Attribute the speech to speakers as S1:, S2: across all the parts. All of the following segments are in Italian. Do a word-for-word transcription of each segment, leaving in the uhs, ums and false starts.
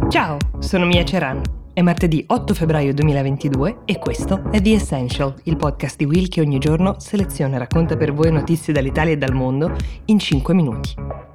S1: Ciao, sono Mia Ceran. È martedì otto febbraio duemilaventidue e questo è The Essential, il podcast di Will che ogni giorno seleziona e racconta per voi notizie dall'Italia e dal mondo in cinque minuti.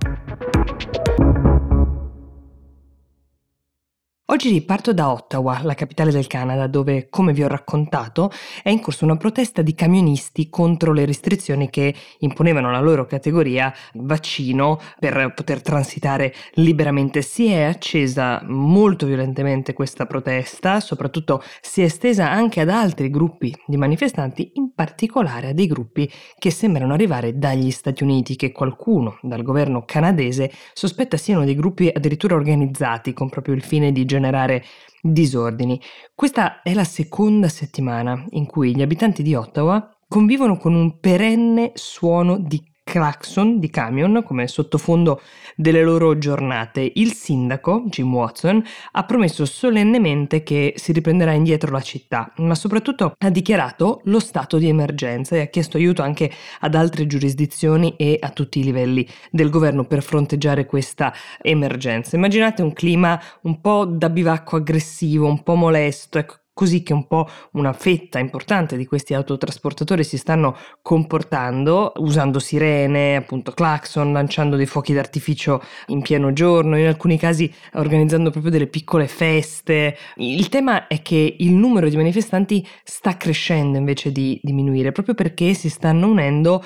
S1: Oggi parto da Ottawa, la capitale del Canada, dove, come vi ho raccontato, è in corso una protesta di camionisti contro le restrizioni che imponevano alla loro categoria vaccino per poter transitare liberamente. Si è accesa molto violentemente questa protesta, soprattutto si è estesa anche ad altri gruppi di manifestanti, in particolare a dei gruppi che sembrano arrivare dagli Stati Uniti, che qualcuno dal governo canadese sospetta siano dei gruppi addirittura organizzati con proprio il fine di generare disordini. Questa è la seconda settimana in cui gli abitanti di Ottawa convivono con un perenne suono di clacson di camion come sottofondo delle loro giornate. Il sindaco, Jim Watson, ha promesso solennemente che si riprenderà indietro la città, ma soprattutto ha dichiarato lo stato di emergenza e ha chiesto aiuto anche ad altre giurisdizioni e a tutti i livelli del governo per fronteggiare questa emergenza. Immaginate un clima un po' da bivacco aggressivo, un po' molesto, ecco, così che un po' una fetta importante di questi autotrasportatori si stanno comportando, usando sirene, appunto clacson, lanciando dei fuochi d'artificio in pieno giorno, in alcuni casi organizzando proprio delle piccole feste. Il tema è che il numero di manifestanti sta crescendo invece di diminuire, proprio perché si stanno unendo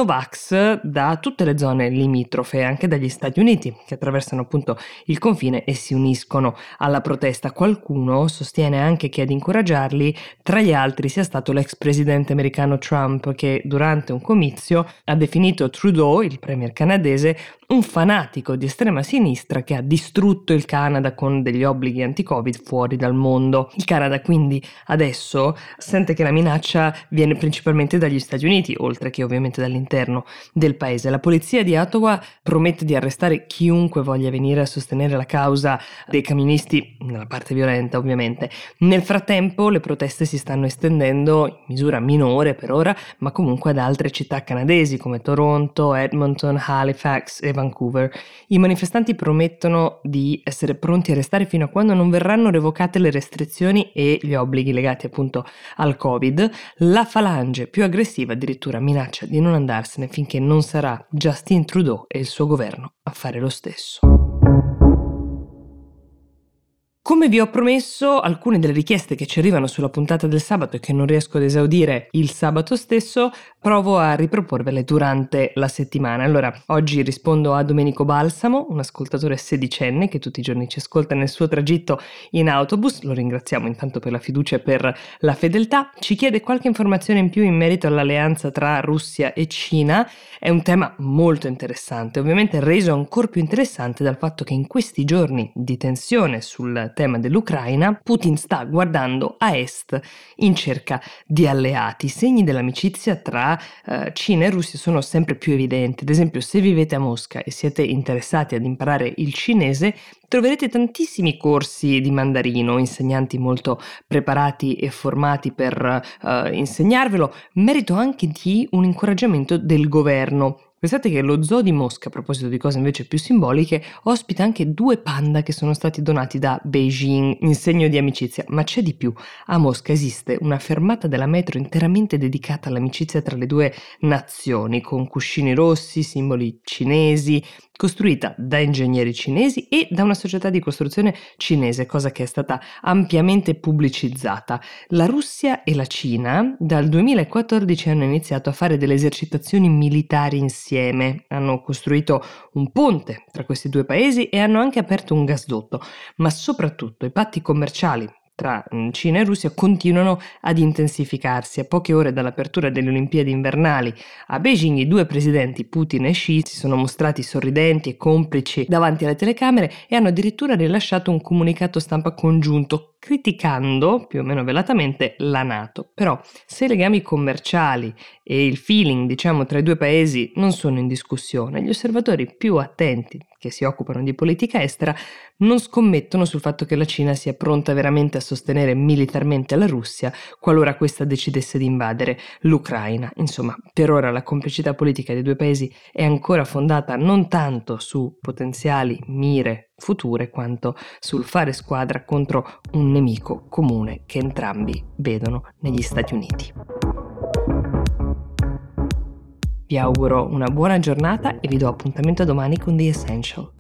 S1: Novax da tutte le zone limitrofe, anche dagli Stati Uniti, che attraversano appunto il confine e si uniscono alla protesta. Qualcuno sostiene anche che ad incoraggiarli, tra gli altri, sia stato l'ex presidente americano Trump, che durante un comizio ha definito Trudeau, il premier canadese, un fanatico di estrema sinistra che ha distrutto il Canada con degli obblighi anti-Covid fuori dal mondo. Il Canada quindi adesso sente che la minaccia viene principalmente dagli Stati Uniti, oltre che ovviamente dall'interno del paese. La polizia di Ottawa promette di arrestare chiunque voglia venire a sostenere la causa dei camionisti, nella parte violenta ovviamente. Nel frattempo tempo le proteste si stanno estendendo in misura minore per ora, ma comunque ad altre città canadesi come Toronto, Edmonton, Halifax e Vancouver. I manifestanti promettono di essere pronti a restare fino a quando non verranno revocate le restrizioni e gli obblighi legati appunto al Covid. La falange più aggressiva addirittura minaccia di non andarsene finché non sarà Justin Trudeau e il suo governo a fare lo stesso. Come vi ho promesso, alcune delle richieste che ci arrivano sulla puntata del sabato e che non riesco ad esaudire il sabato stesso, provo a riproporvele durante la settimana. Allora, oggi rispondo a Domenico Balsamo, un ascoltatore sedicenne che tutti i giorni ci ascolta nel suo tragitto in autobus. Lo ringraziamo intanto per la fiducia e per la fedeltà. Ci chiede qualche informazione in più in merito all'alleanza tra Russia e Cina. È un tema molto interessante, ovviamente reso ancora più interessante dal fatto che in questi giorni di tensione sul tema dell'Ucraina, Putin sta guardando a est in cerca di alleati. I segni dell'amicizia tra eh, Cina e Russia sono sempre più evidenti. Ad esempio, se vivete a Mosca e siete interessati ad imparare il cinese, troverete tantissimi corsi di mandarino, insegnanti molto preparati e formati per eh, insegnarvelo, merito anche di un incoraggiamento del governo. Pensate che lo zoo di Mosca, a proposito di cose invece più simboliche, ospita anche due panda che sono stati donati da Beijing in segno di amicizia. Ma c'è di più. A Mosca esiste una fermata della metro interamente dedicata all'amicizia tra le due nazioni, con cuscini rossi, simboli cinesi, costruita da ingegneri cinesi e da una società di costruzione cinese, cosa che è stata ampiamente pubblicizzata. La Russia e la Cina dal duemilaquattordici hanno iniziato a fare delle esercitazioni militari insieme, hanno costruito un ponte tra questi due paesi e hanno anche aperto un gasdotto, ma soprattutto i patti commerciali tra Cina e Russia continuano ad intensificarsi. A poche ore dall'apertura delle Olimpiadi invernali a Beijing, i due presidenti Putin e Xi si sono mostrati sorridenti e complici davanti alle telecamere e hanno addirittura rilasciato un comunicato stampa congiunto criticando, più o meno velatamente, la NATO. Però, se i legami commerciali e il feeling, diciamo, tra i due paesi non sono in discussione, gli osservatori più attenti che si occupano di politica estera, non scommettono sul fatto che la Cina sia pronta veramente a sostenere militarmente la Russia qualora questa decidesse di invadere l'Ucraina. Insomma, per ora la complicità politica dei due paesi è ancora fondata non tanto su potenziali mire future quanto sul fare squadra contro un nemico comune che entrambi vedono negli Stati Uniti. Vi auguro una buona giornata e vi do appuntamento domani con The Essential.